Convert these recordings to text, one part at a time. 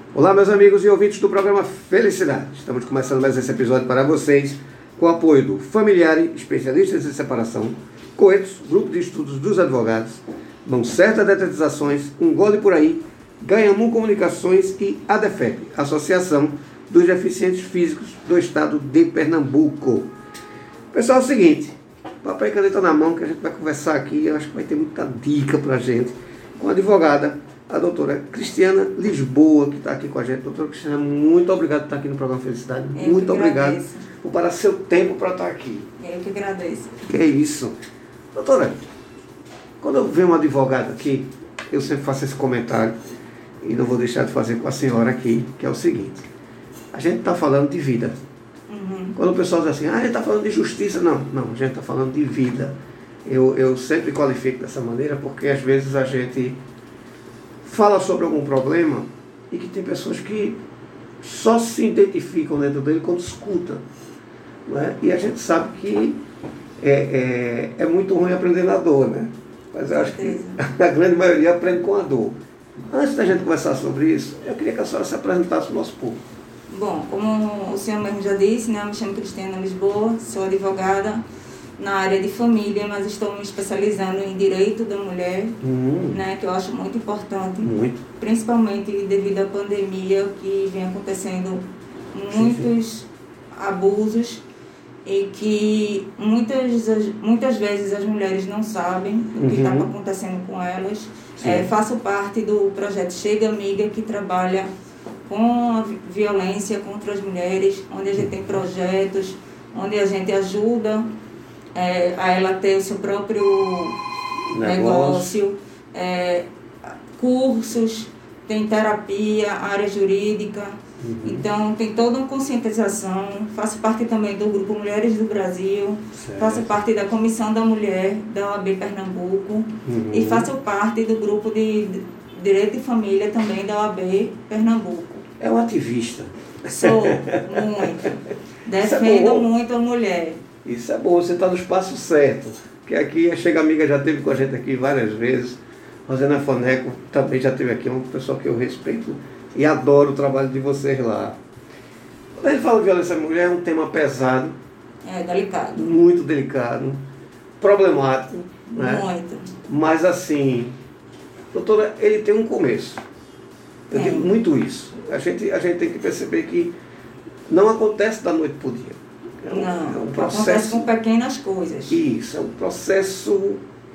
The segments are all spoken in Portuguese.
Olá, meus amigos e ouvintes do programa Felicidade. Estamos começando mais esse episódio para vocês com o apoio do Familiare, especialistas em separação, Coetos, Grupo de Estudos dos Advogados, Mão Certa Detetizações, Um Gole Por Aí, Ganhamu Comunicações e ADEFEP, Associação dos Deficientes Físicos do Estado de Pernambuco. Pessoal, é o seguinte, papel e caneta na mão que a gente vai conversar aqui, eu acho que vai ter muita dica para a gente, com a advogada, a doutora Cristiana Lisboa, que está aqui com a gente. Doutora Cristiana, muito obrigado por estar aqui no programa Felicidade. Muito obrigado por parar seu tempo para estar aqui. Eu que agradeço. Que é isso. Doutora, quando eu vejo uma advogada aqui, eu sempre faço esse comentário, e não vou deixar de fazer com a senhora aqui, que é o seguinte. A gente está falando de vida. Quando o pessoal diz assim, a gente está falando de justiça. Não, a gente está falando de vida. Eu sempre qualifico dessa maneira, porque às vezes a gente fala sobre algum problema e que tem pessoas que só se identificam dentro dele quando escutam. Não é? E a gente sabe que é muito ruim aprender na dor, né? Mas eu acho que a grande maioria aprende com a dor. Antes da gente conversar sobre isso, eu queria que a senhora se apresentasse para o nosso público. Bom, como o senhor mesmo já disse, né, eu me chamo Cristiana Lisboa, sou advogada na área de família, mas estou me especializando em direito da mulher, né, que eu acho muito importante, principalmente devido à pandemia, que vem acontecendo muitos abusos e que muitas vezes as mulheres não sabem o que está acontecendo com elas. Faço parte do projeto Chega Amiga, que trabalha com a violência contra as mulheres, onde a gente tem projetos, onde a gente ajuda a ela ter o seu próprio negócio, cursos, tem terapia, área jurídica, então tem toda uma conscientização. Faço parte também do Grupo Mulheres do Brasil, faço parte da Comissão da Mulher da OAB Pernambuco e faço parte do Grupo de Direito de Família também da OAB Pernambuco. É um ativista. Sou, muito. Defendo muito a mulher. Isso é bom, você está no espaço certo. Porque aqui a Chega Amiga já esteve com a gente aqui várias vezes. Rosana Foneco também já esteve aqui, é uma pessoa que eu respeito e adoro o trabalho de vocês lá. Quando a gente fala de violência à mulher, é um tema pesado. É delicado. Muito delicado. Problemático. Né? Muito. Mas assim, doutora, ele tem um começo. Eu digo muito isso. A gente tem que perceber que não acontece da noite para o dia. É um processo, acontece com pequenas coisas. Isso, é um processo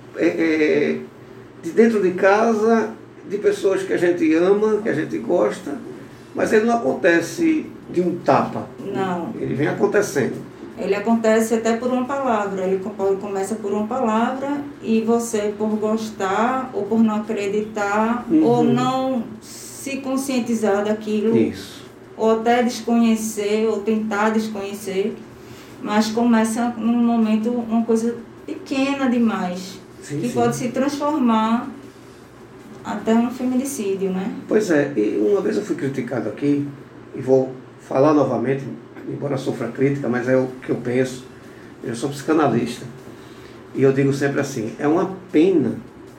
de dentro de casa, de pessoas que a gente ama, que a gente gosta, mas ele não acontece de um tapa. Não. Ele vem acontecendo. Ele acontece até por uma palavra. Ele começa por uma palavra e você, por gostar ou por não acreditar ou não se conscientizar daquilo, ou até desconhecer ou tentar desconhecer, mas começa num momento uma coisa pequena demais, que pode se transformar até um feminicídio, né? Pois é, e uma vez eu fui criticado aqui, e vou falar novamente, embora sofra crítica, mas é o que eu penso. Eu sou psicanalista e eu digo sempre assim, é uma pena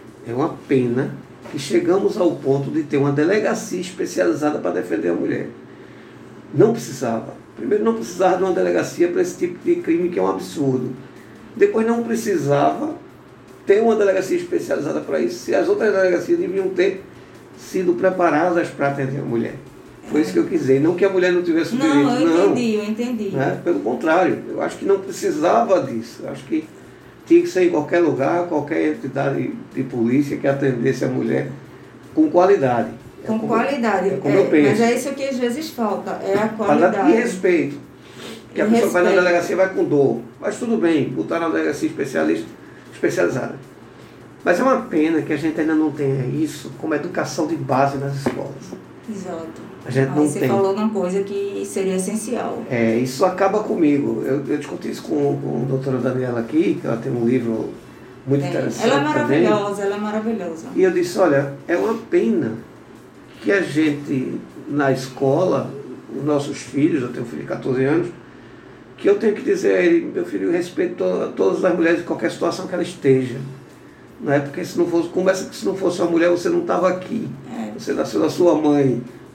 que chegamos ao ponto de ter uma delegacia especializada para defender a mulher. Não precisava. Primeiro, não precisava de uma delegacia para esse tipo de crime, que é um absurdo. Depois, não precisava ter uma delegacia especializada para isso, se as outras delegacias deviam ter sido preparadas para atender a mulher. Foi isso que eu quis dizer. Não que a mulher não tivesse o direito. Eu entendi. Né? Pelo contrário, eu acho que não precisava disso. Eu acho que tinha que ser em qualquer lugar, qualquer entidade de polícia que atendesse a mulher com qualidade. Qualidade. É como eu penso. Mas é isso que às vezes falta, é a qualidade. E respeito. Porque a pessoa vai na delegacia vai com dor. Mas tudo bem, botar na delegacia especializada. Mas é uma pena que a gente ainda não tenha isso como educação de base nas escolas. Exato. A gente não você tem. Falou uma coisa que seria essencial. Isso acaba comigo. Eu discuti isso com a doutora Daniela aqui, que ela tem um livro muito interessante. Ela é maravilhosa. E eu disse, olha, é uma pena que a gente, na escola, os nossos filhos, eu tenho um filho de 14 anos, que eu tenho que dizer a ele, meu filho, eu respeito todas as mulheres em qualquer situação que ela esteja. Não é porque se não fosse, conversa que se não fosse uma mulher, você não estava aqui. Você nasceu da sua mãe.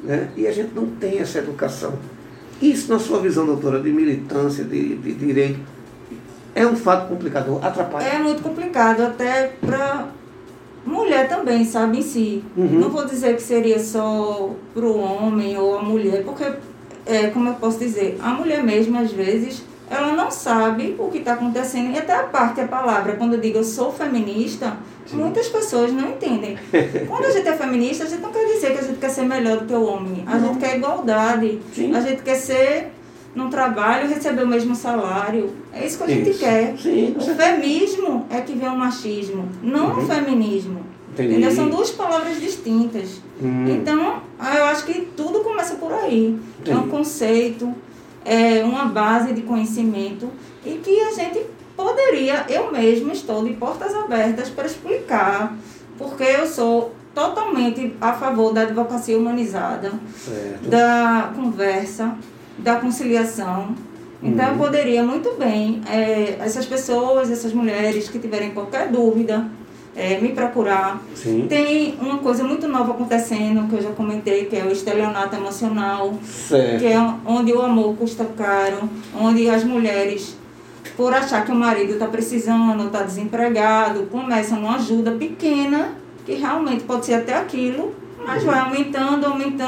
né? E a gente não tem essa educação. Isso, na sua visão, doutora, de militância, de direito, é um fato complicado, atrapalha? É muito complicado, até para mulher também, sabe, em si. Não vou dizer que seria só para o homem ou a mulher, porque, como eu posso dizer, a mulher mesmo, às vezes, ela não sabe o que está acontecendo, e até a palavra, quando eu digo eu sou feminista, sim, muitas pessoas não entendem. Quando a gente é feminista, a gente não quer dizer que a gente quer ser melhor do que o homem, a gente quer igualdade, sim, a gente quer ser, num trabalho, receber o mesmo salário, é isso que a gente quer. Sim, o feminismo é que vem o machismo, não o feminismo. Entendeu? São duas palavras distintas. Então, eu acho que tudo começa por aí. É um conceito, é uma base de conhecimento e que a gente poderia, eu mesma estou de portas abertas para explicar, porque eu sou totalmente a favor da advocacia humanizada, certo, da conversa, da conciliação. Então eu poderia muito bem, essas pessoas, essas mulheres que tiverem qualquer dúvida, me procurar. Sim. Tem uma coisa muito nova acontecendo, que eu já comentei, que é o estelionato emocional, certo, que é onde o amor custa caro, onde as mulheres, por achar que o marido está precisando, está desempregado, começam numa ajuda pequena, que realmente pode ser até aquilo, mas vai aumentando,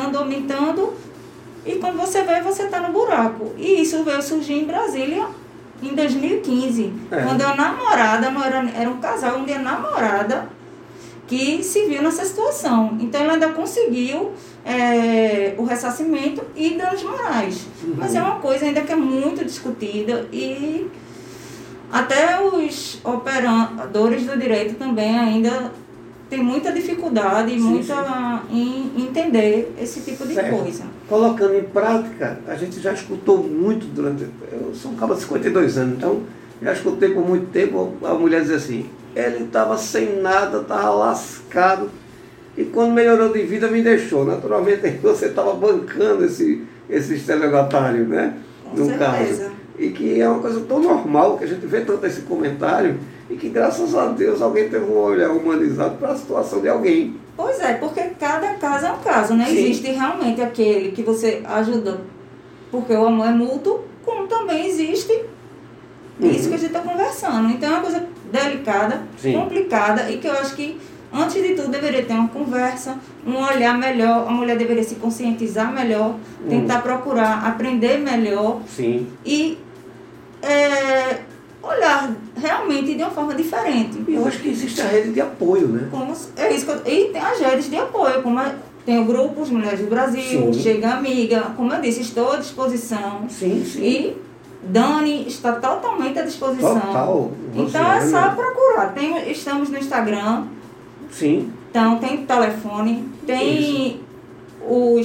e quando você vê, você está no buraco. E isso veio surgir em Brasília em 2015, quando a namorada, era um casal onde a namorada que se viu nessa situação. Então ela ainda conseguiu o ressarcimento e danos morais. Mas é uma coisa ainda que é muito discutida e até os operadores do direito também ainda tem muita dificuldade em entender esse tipo de coisa. Colocando em prática, a gente já escutou muito durante... Eu sou um cara de 52 anos, então já escutei por muito tempo a mulher dizer assim, ele estava sem nada, estava lascado, e quando melhorou de vida me deixou. Naturalmente você estava bancando esse estelionatário, né? Com certeza. Caso. E que é uma coisa tão normal, que a gente vê tanto esse comentário, e que graças a Deus alguém teve um olhar humanizado para a situação de alguém. Pois é, porque cada caso é um caso, né? Sim. Existe realmente aquele que você ajuda porque o amor é mútuo, como também existe isso que a gente está conversando. Então é uma coisa delicada, sim, complicada, e que eu acho que, antes de tudo, deveria ter uma conversa, um olhar melhor, a mulher deveria se conscientizar melhor, tentar procurar aprender melhor, sim, e olhar realmente de uma forma diferente. E eu acho que existe a rede de apoio, né? E tem as redes de apoio, como tem o grupo As Mulheres do Brasil, sim, Chega Amiga, como eu disse, estou à disposição. Sim, sim. E Dani está totalmente à disposição. Total. Então é só procurar. Estamos no Instagram. Sim. Então tem telefone, tem o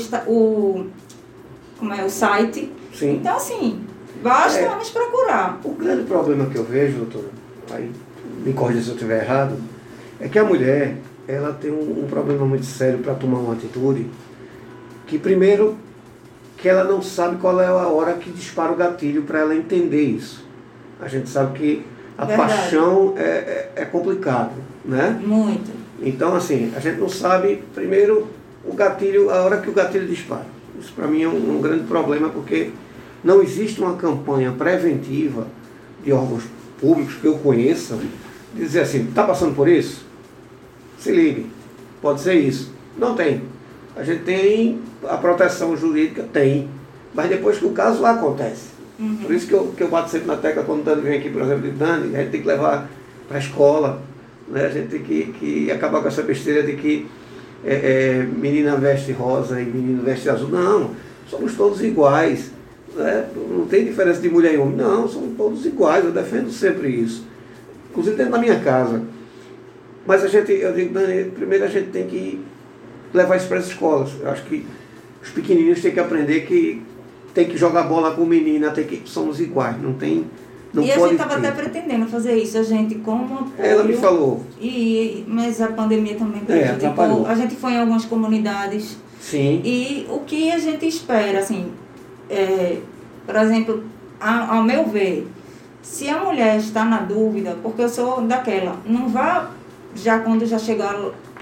site. Sim. Então assim, basta nos procurar. O grande problema que eu vejo, doutora, aí me corrija se eu estiver errado, é que a mulher, ela tem um problema muito sério para tomar uma atitude, que primeiro, que ela não sabe qual é a hora que dispara o gatilho para ela entender isso. A gente sabe que a paixão é complicado, né? Muito. Então, assim, a gente não sabe, primeiro, o gatilho, a hora que o gatilho dispara. Isso para mim é um grande problema, porque não existe uma campanha preventiva de órgãos públicos que eu conheça, de dizer assim, está passando por isso? Se ligue, pode ser isso. Não tem. A gente tem a proteção jurídica, tem, mas depois que o caso lá acontece. Por isso que eu bato sempre na tecla quando o Dani vem aqui, por exemplo, de Dani, a gente tem que levar para a escola, né? A gente tem que acabar com essa besteira de que menina veste rosa e menino veste azul. Não, somos todos iguais. Né? Não tem diferença de mulher e homem. Não, somos todos iguais, eu defendo sempre isso. Inclusive dentro da minha casa. Mas eu digo, Dani, primeiro a gente tem que levar isso para as escolas. Eu acho que os pequenininhos têm que aprender que tem que jogar bola com menina, somos iguais, não pode a gente estava até pretendendo fazer isso, a gente como apoio. Ela me falou. Mas a pandemia também prejudicou. A gente foi em algumas comunidades. Sim. E o que a gente espera, assim, por exemplo, ao meu ver, se a mulher está na dúvida, porque eu sou daquela, não vá já quando já chegar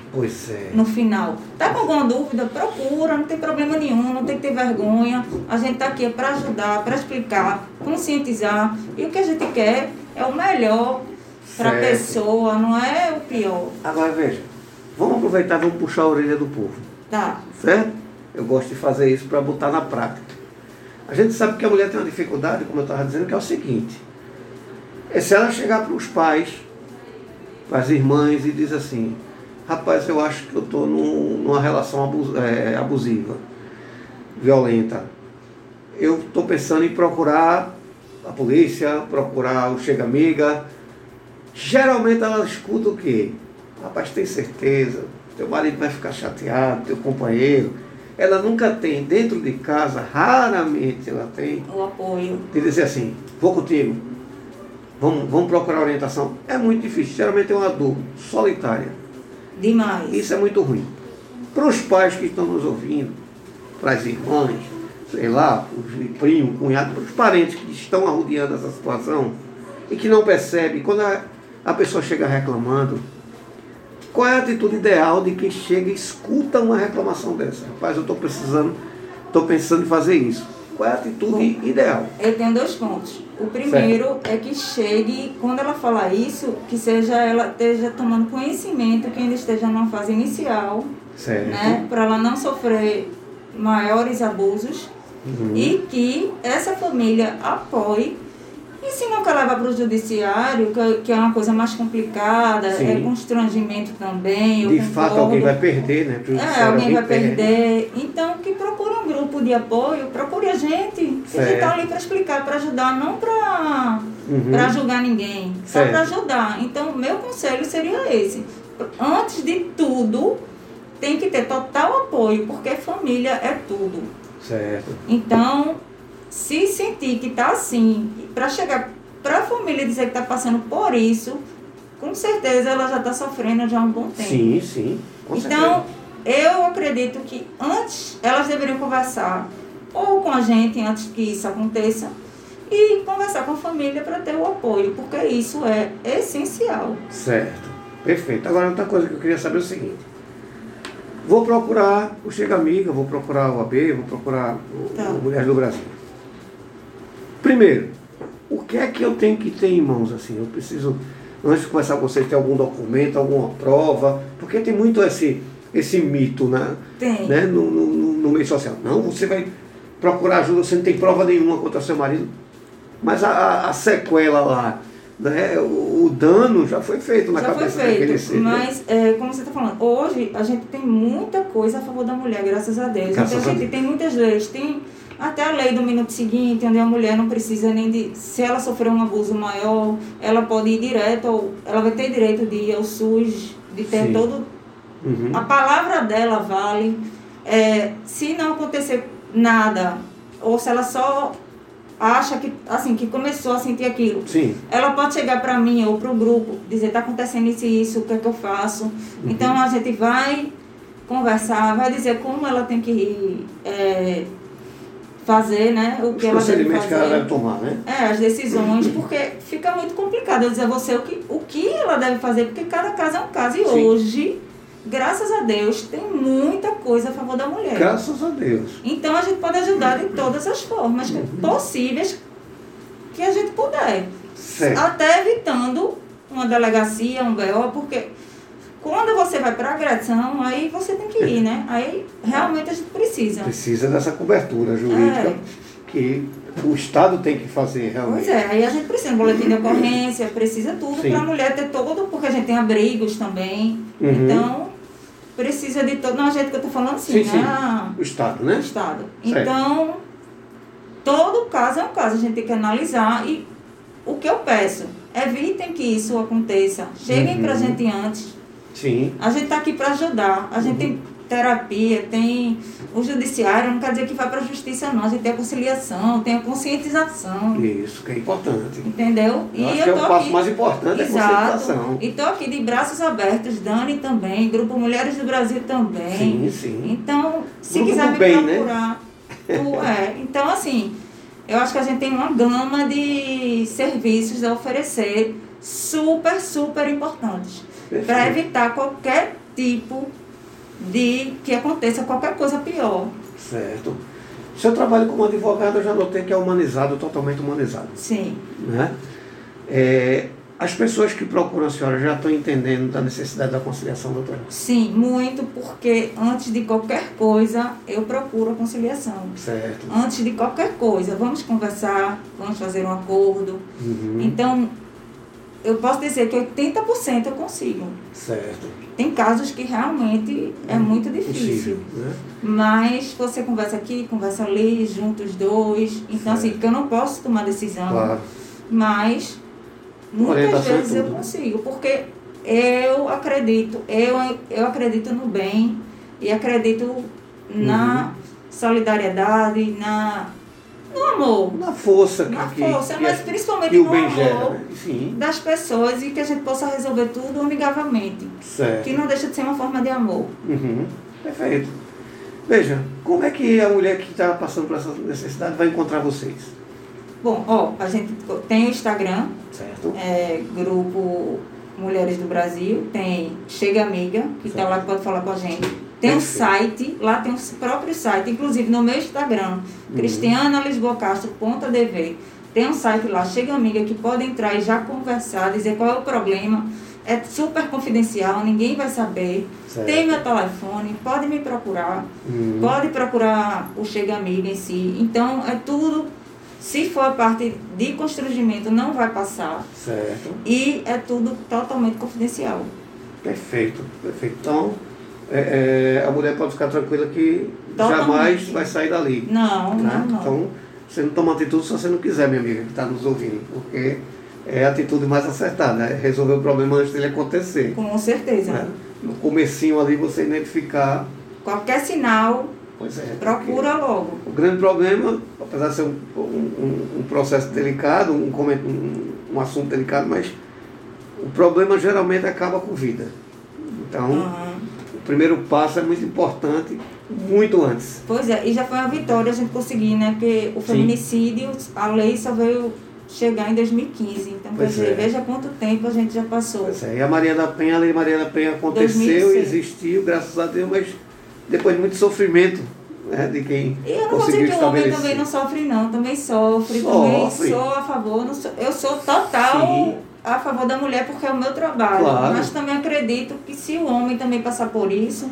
Pois é. No final. Tá com alguma dúvida? Procura, não tem problema nenhum, não tem que ter vergonha. A gente tá aqui para ajudar, para explicar, conscientizar. E o que a gente quer é o melhor para a pessoa, não é o pior. Agora veja, vamos aproveitar e vamos puxar a orelha do povo. Tá. Certo? Eu gosto de fazer isso para botar na prática. A gente sabe que a mulher tem uma dificuldade, como eu estava dizendo, que é o seguinte. É se ela chegar para os pais, para as irmãs e diz assim, rapaz, eu acho que eu estou numa relação abusiva, violenta. Eu estou pensando em procurar a polícia, procurar o Chega Amiga. Geralmente ela escuta o quê? Rapaz, tem certeza, teu marido vai ficar chateado, teu companheiro. Ela nunca tem, dentro de casa, raramente ela tem o apoio. De dizer assim, vou contigo, vamos procurar orientação. É muito difícil, geralmente é uma dor solitária. Demais. Isso é muito ruim. Para os pais que estão nos ouvindo, para as irmãs, sei lá, os primos, cunhados, para os parentes que estão arrodeando essa situação e que não percebem, quando a pessoa chega reclamando, qual é a atitude ideal de quem chega e escuta uma reclamação dessa? Rapaz, eu estou pensando em fazer isso. Qual é a atitude ideal? Eu tenho 2 pontos. O primeiro é que chegue, quando ela falar isso, que ela esteja tomando conhecimento, que ainda esteja numa fase inicial, né, para ela não sofrer maiores abusos, e que essa família apoie. E se não quer levar para o judiciário, que é uma coisa mais complicada, é constrangimento também. De fato, alguém vai perder, né? Alguém vai perder. Então, que procure um grupo de apoio, procure a gente. A gente está ali para explicar, para ajudar, não para julgar ninguém, só para ajudar. Então, meu conselho seria esse. Antes de tudo, tem que ter total apoio, porque família é tudo. Certo. Então, se sentir que está assim, para chegar para a família dizer que está passando por isso, com certeza ela já está sofrendo já há um bom tempo. Sim, sim. Então, eu acredito que antes elas deveriam conversar ou com a gente antes que isso aconteça e conversar com a família para ter o apoio, porque isso é essencial. Certo. Perfeito. Agora, outra coisa que eu queria saber é o seguinte. Vou procurar o Chega Amiga, vou procurar o AB, vou procurar o Mulheres do Brasil. Primeiro, o que é que eu tenho que ter em mãos? Assim, eu preciso, antes de começar com vocês, ter algum documento, alguma prova, porque tem muito esse mito, né? Tem. Né? No meio social. Não, você vai procurar ajuda, você não tem prova nenhuma contra seu marido, mas a sequela lá, né? O dano já foi feito na cabeça daquele ser. Mas, como você está falando, hoje a gente tem muita coisa a favor da mulher, graças a Deus. Então a gente tem muitas leis, tem até a lei do minuto seguinte, onde a mulher não precisa nem de... Se ela sofrer um abuso maior, ela pode ir direto, ou ela vai ter direito de ir ao SUS, de ter todo... A palavra dela vale. Se não acontecer nada, ou se ela só acha que, assim, que começou a sentir aquilo, ela pode chegar para mim ou para o grupo, dizer, está acontecendo isso, o que é que eu faço? Então a gente vai conversar, vai dizer como ela tem que fazer, né? O que ela deve fazer. Que ela deve tomar, né? As decisões, porque fica muito complicado eu dizer a você o que ela deve fazer, porque cada caso é um caso. E hoje, graças a Deus, tem muita coisa a favor da mulher. Graças a Deus. Então a gente pode ajudar de todas as formas possíveis que a gente puder. Certo. Até evitando uma delegacia, um BO, porque quando você vai para agressão, aí você tem que ir, né? Aí realmente a gente precisa. Precisa dessa cobertura jurídica que o Estado tem que fazer realmente. Pois aí a gente precisa de boletim de ocorrência, precisa tudo para a mulher ter todo, porque a gente tem abrigos também. Então, precisa de todo. Não, a gente que eu estou falando assim, né? O Estado, né? O Estado. Então, todo caso é um caso, a gente tem que analisar. E o que eu peço, evitem que isso aconteça. Cheguem para a gente antes. Sim. A gente está aqui para ajudar. A gente tem terapia, tem o judiciário, não quer dizer que vai para a justiça, não. A gente tem a conciliação, tem a conscientização. Isso, que é importante. Entendeu? Eu acho que é o passo mais importante, a conscientização. E estou aqui de braços abertos, Dani também, Grupo Mulheres do Brasil também. Sim. Então, se Grupo quiser me bem, procurar. Né? Então, assim, eu acho que a gente tem uma gama de serviços a oferecer super, super importantes. Para evitar qualquer tipo de que aconteça qualquer coisa pior. Certo. Seu trabalho como advogado eu já notei que é humanizado, totalmente humanizado. Sim. Né? As pessoas que procuram a senhora já estão entendendo da necessidade da conciliação, doutora? Sim, muito, porque antes de qualquer coisa, eu procuro a conciliação. Certo. Antes de qualquer coisa, vamos conversar, vamos fazer um acordo. Uhum. Então, eu posso dizer que 80% eu consigo. Certo. Tem casos que realmente é muito difícil. Possível, né? Mas você conversa aqui, conversa ali, junta os dois. Então, assim, porque eu não posso tomar decisão. Claro. Mas muitas vezes eu consigo, porque eu acredito no bem e acredito na solidariedade, no amor. Na força. Mas principalmente que o no bem amor gera, né? das pessoas e que a gente possa resolver tudo amigavelmente. Certo. Que não deixa de ser uma forma de amor. Uhum. Perfeito. Veja, como é que a mulher que está passando por essa necessidade vai encontrar vocês? Bom, a gente tem o Instagram, certo. Grupo Mulheres do Brasil, tem Chega Amiga, que está lá, que pode falar com a gente. Tem um site, lá tem o próprio site, inclusive no meu Instagram, Cristiana Lisboa Castro, .dv. Tem um site lá, Chega Amiga, que pode entrar e já conversar, dizer qual é o problema. É super confidencial, ninguém vai saber. Certo. Tem meu telefone, pode me procurar. Pode procurar o Chega Amiga em si. Então, é tudo. Se for a parte de constrangimento, não vai passar. Certo. E é tudo totalmente confidencial. Perfeito, perfeito. Então, a mulher pode ficar tranquila que totalmente. Jamais vai sair dali. Não, né? não. Então, você não toma atitude se você não quiser, minha amiga, que está nos ouvindo. Porque é a atitude mais acertada, é resolver o problema antes dele acontecer. Com certeza. Né? No comecinho ali, você identificar... Qualquer sinal... Pois é, procura logo. O grande problema, apesar de ser um processo delicado, um assunto delicado, mas o problema geralmente acaba com vida. Então, o primeiro passo é muito importante, muito antes. Pois é, e já foi uma vitória a gente conseguir, né? Porque o feminicídio, a lei só veio chegar em 2015. Então, quer dizer, veja quanto tempo a gente já passou. Pois é, e a Maria da Penha, a Lei Maria da Penha aconteceu, 2006. Existiu, graças a Deus, mas depois de muito sofrimento, né, de quem conseguiu estabelecer. Eu não vou dizer que o homem também não sofre, não. Também sofre. Também sou a favor. Eu sou total a favor da mulher porque é o meu trabalho. Claro. Mas também acredito que se o homem também passar por isso,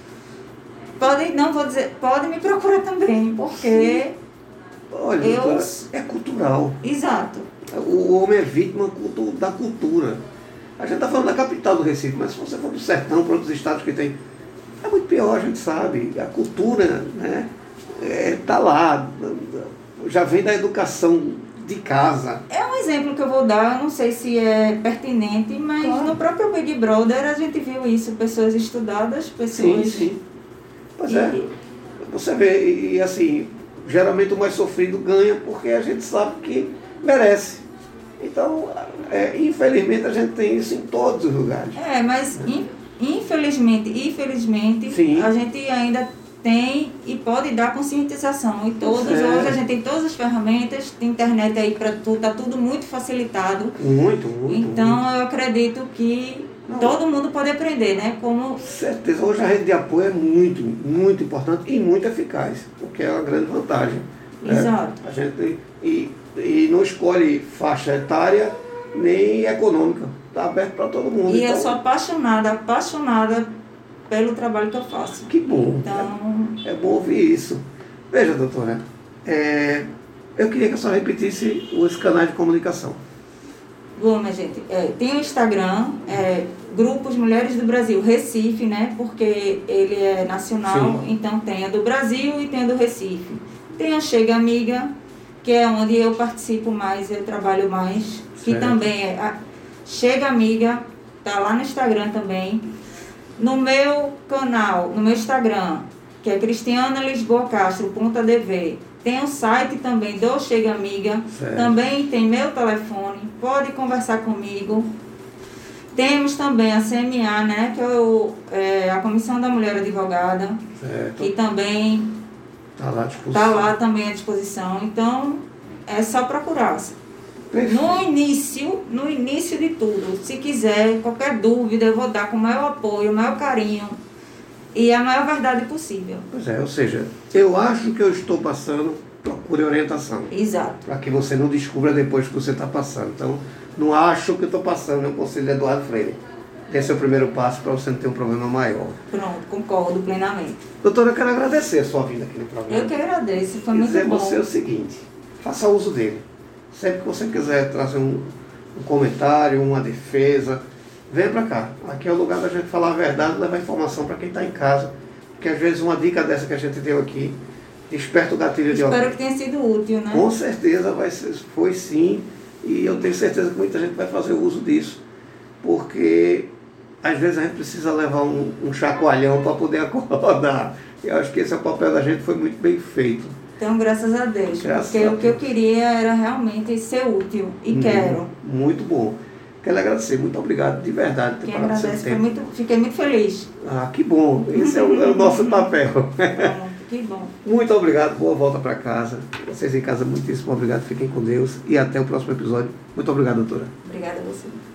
pode me procurar também, porque... Olha, doutora, é cultural. Exato. O homem é vítima da cultura. A gente está falando da capital do Recife, mas se você for do sertão, para outros estados que tem... É muito pior, a gente sabe. A cultura, né, tá lá, já vem da educação de casa. É um exemplo que eu vou dar, não sei se é pertinente, mas no próprio Big Brother a gente viu isso, pessoas estudadas, pessoas... Sim. Pois é. Você vê, e assim, geralmente o mais sofrido ganha porque a gente sabe que merece. Então, infelizmente a gente tem isso em todos os lugares. Mas... Infelizmente, a gente ainda tem e pode dar conscientização. E todos, hoje a gente tem todas as ferramentas, tem internet aí para tudo, está tudo muito facilitado. Muito. Então eu acredito que todo mundo pode aprender, né? Com certeza, hoje a rede de apoio é muito, muito importante e muito eficaz, porque é uma grande vantagem. Exato. A gente e não escolhe faixa etária nem econômica. Está aberto para todo mundo. E eu sou apaixonada pelo trabalho que eu faço. Que bom. Então... É bom ouvir isso. Veja, doutora, eu queria que a senhora repetisse os canais de comunicação. Bom, minha gente, tem o Instagram, Grupos Mulheres do Brasil, Recife, né? Porque ele é nacional, então tem a do Brasil e tem a do Recife. Tem a Chega Amiga, que é onde eu participo mais, eu trabalho mais, que também é... Chega Amiga, tá lá no Instagram também. No meu canal, no meu Instagram, que é Cristiana Lisboa Castro, .dv, tem o site também do Chega Amiga. Também tem meu telefone, pode conversar comigo. Temos também a CMA, né, que é a Comissão da Mulher Advogada, que também está lá também à disposição. Então, é só procurar. Perfeito. No início de tudo. Se quiser, qualquer dúvida, eu vou dar com o maior apoio, o maior carinho e a maior verdade possível. Pois é, ou seja, eu acho que eu estou passando, procure orientação. Exato. Para que você não descubra depois que você está passando. Então, não acho que eu estou passando, é o conselho de Eduardo Freire. Esse é o primeiro passo para você não ter um problema maior. Pronto, concordo plenamente. Doutora, eu quero agradecer a sua vinda aqui no programa. Eu que agradeço, foi muito dizer bom. você o seguinte, faça uso dele. Sempre que você quiser trazer um comentário, uma defesa, venha para cá. Aqui é o lugar da gente falar a verdade e levar informação para quem está em casa. Porque às vezes uma dica dessa que a gente deu aqui desperta o gatilho de alguém. Espero que tenha sido útil, né? Com certeza foi sim. E eu tenho certeza que muita gente vai fazer uso disso. Porque às vezes a gente precisa levar um chacoalhão para poder acordar. Eu acho que esse é o papel da gente, foi muito bem feito. Então, graças a Deus. Porque o que eu queria era realmente ser útil. E quero. Muito bom. Quero agradecer. Muito obrigado, de verdade. Quem agradece, fiquei muito feliz. Ah, que bom. Esse é o nosso papel. Que bom. Muito obrigado. Boa volta para casa. Vocês em casa, muitíssimo obrigado. Fiquem com Deus. E até o próximo episódio. Muito obrigado, doutora. Obrigada a você.